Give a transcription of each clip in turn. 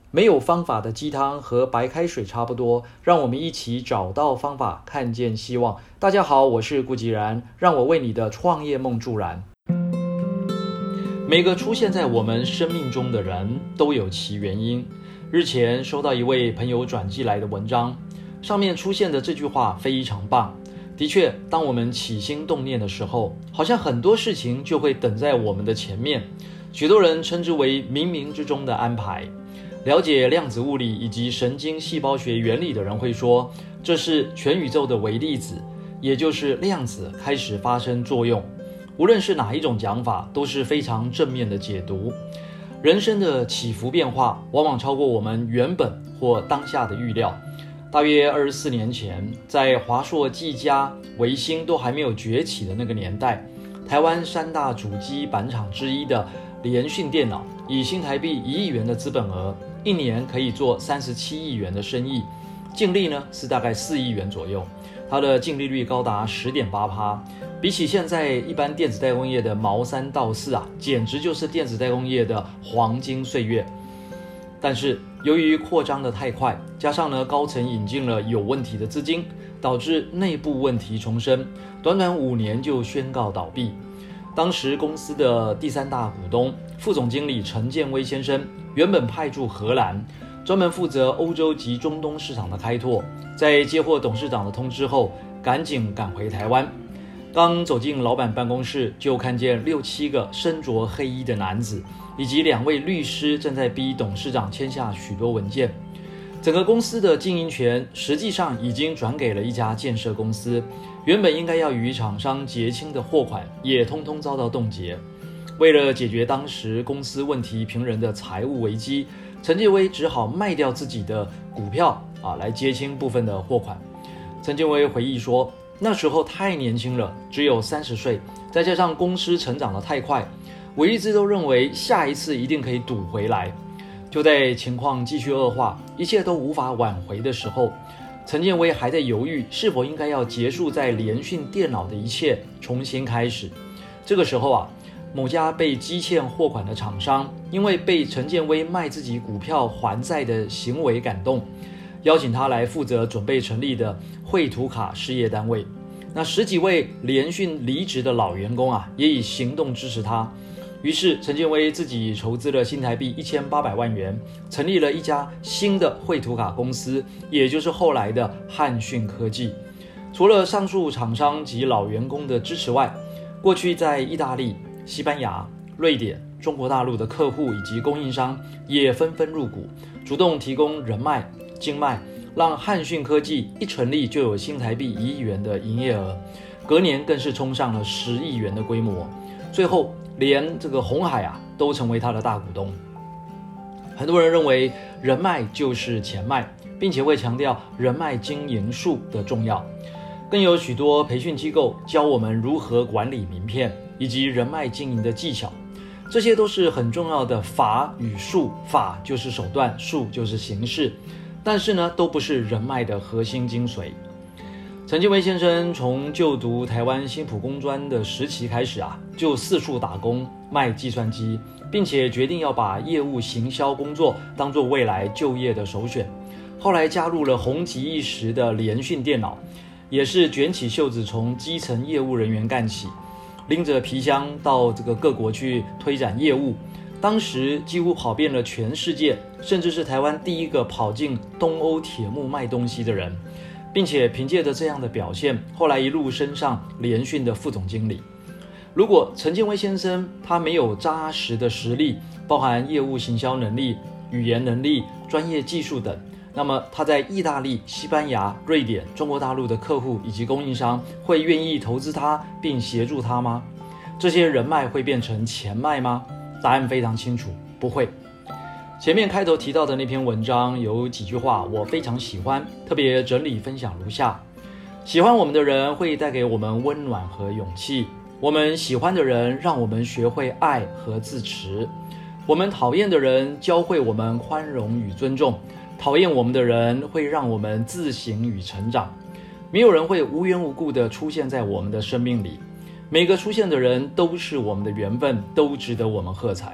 没有方法的鸡汤和白开水差不多，让我们一起找到方法，看见希望。大家好，我是顾吉然，让我为你的创业梦助燃。每个出现在我们生命中的人都有其原因。日前收到一位朋友转寄来的文章，上面出现的这句话非常棒。的确，当我们起心动念的时候，好像很多事情就会等在我们的前面。许多人称之为冥冥之中的安排。了解量子物理以及神经细胞学原理的人会说，这是全宇宙的微粒子，也就是量子开始发生作用。无论是哪一种讲法，都是非常正面的解读。人生的起伏变化，往往超过我们原本或当下的预料。大约24年前，在华硕、技嘉、微星都还没有崛起的那个年代，台湾3大主机板厂之一的联讯电脑，以新台币1亿元的资本额，一年可以做37亿元的生意，净利呢是大概4亿元左右，它的净利率高达10.8%，比起现在一般电子代工业的毛3到4啊，简直就是电子代工业的黄金岁月。但是由于扩张的太快，加上呢高层引进了有问题的资金，导致内部问题重生，短短5年就宣告倒闭。当时公司的第3大股东副总经理陈建威先生原本派驻荷兰，专门负责欧洲及中东市场的开拓，在接获董事长的通知后，赶紧赶回台湾。刚走进老板办公室，就看见6、7个身着黑衣的男子，以及2位律师正在逼董事长签下许多文件。整个公司的经营权实际上已经转给了一家建设公司，原本应该要与厂商结清的货款也通通遭到冻结。为了解决当时公司问题频仍的财务危机，陈建威只好卖掉自己的股票来结清部分的货款。陈建威回忆说，那时候太年轻了，只有30岁，再加上公司成长得太快，我一直都认为下一次一定可以赌回来。就在情况继续恶化，一切都无法挽回的时候，陈建威还在犹豫是否应该要结束在联讯电脑的一切，重新开始。这个时候某家被积欠货款的厂商，因为被陈建威卖自己股票还债的行为感动，邀请他来负责准备成立的绘图卡事业单位。那10几位联讯离职的老员工也以行动支持他。于是陈建威自己筹资了新台币1800万元，成立了一家新的绘图卡公司，也就是后来的汉讯科技。除了上述厂商及老员工的支持外，过去在意大利、西班牙、瑞典、中国大陆的客户以及供应商也纷纷入股，主动提供人脉、经脉，让汉讯科技一成立就有新台币1亿元的营业额，隔年更是冲上了10亿元的规模。最后连这个鸿海都成为他的大股东。很多人认为人脉就是钱脉，并且会强调人脉经营术的重要。更有许多培训机构教我们如何管理名片以及人脉经营的技巧，这些都是很重要的法与术，法就是手段，术就是形式，但是呢，都不是人脉的核心精髓。陈建威先生从就读台湾新埔工专的时期开始就四处打工卖计算机，并且决定要把业务行销工作当作未来就业的首选。后来加入了红极一时的联讯电脑，也是卷起袖子从基层业务人员干起，拎着皮箱到各国去推展业务。当时几乎跑遍了全世界，甚至是台湾第一个跑进东欧铁幕卖东西的人，并且凭借着这样的表现，后来一路升上联讯的副总经理。如果陈建威先生他没有扎实的实力，包含业务行销能力、语言能力、专业技术等，那么他在意大利、西班牙、瑞典、中国大陆的客户以及供应商会愿意投资他并协助他吗？这些人脉会变成钱脉吗？答案非常清楚，不会。前面开头提到的那篇文章有几句话我非常喜欢，特别整理分享如下：喜欢我们的人会带给我们温暖和勇气，我们喜欢的人让我们学会爱和自持，我们讨厌的人教会我们宽容与尊重，讨厌我们的人会让我们自省与成长。没有人会无缘无故地出现在我们的生命里，每个出现的人都是我们的缘分，都值得我们喝彩。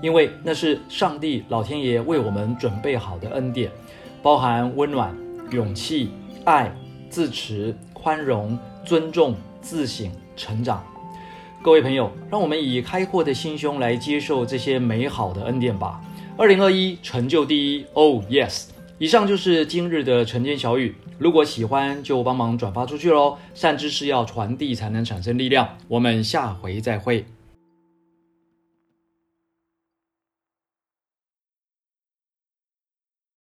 因为那是上帝老天爷为我们准备好的恩典，包含温暖、勇气、爱、自持、宽容、尊重、自省、成长。各位朋友，让我们以开阔的心胸来接受这些美好的恩典吧。2021成就第一 ，Oh yes！ 以上就是今日的晨间小语，如果喜欢就帮忙转发出去咯，善知识要传递才能产生力量。我们下回再会。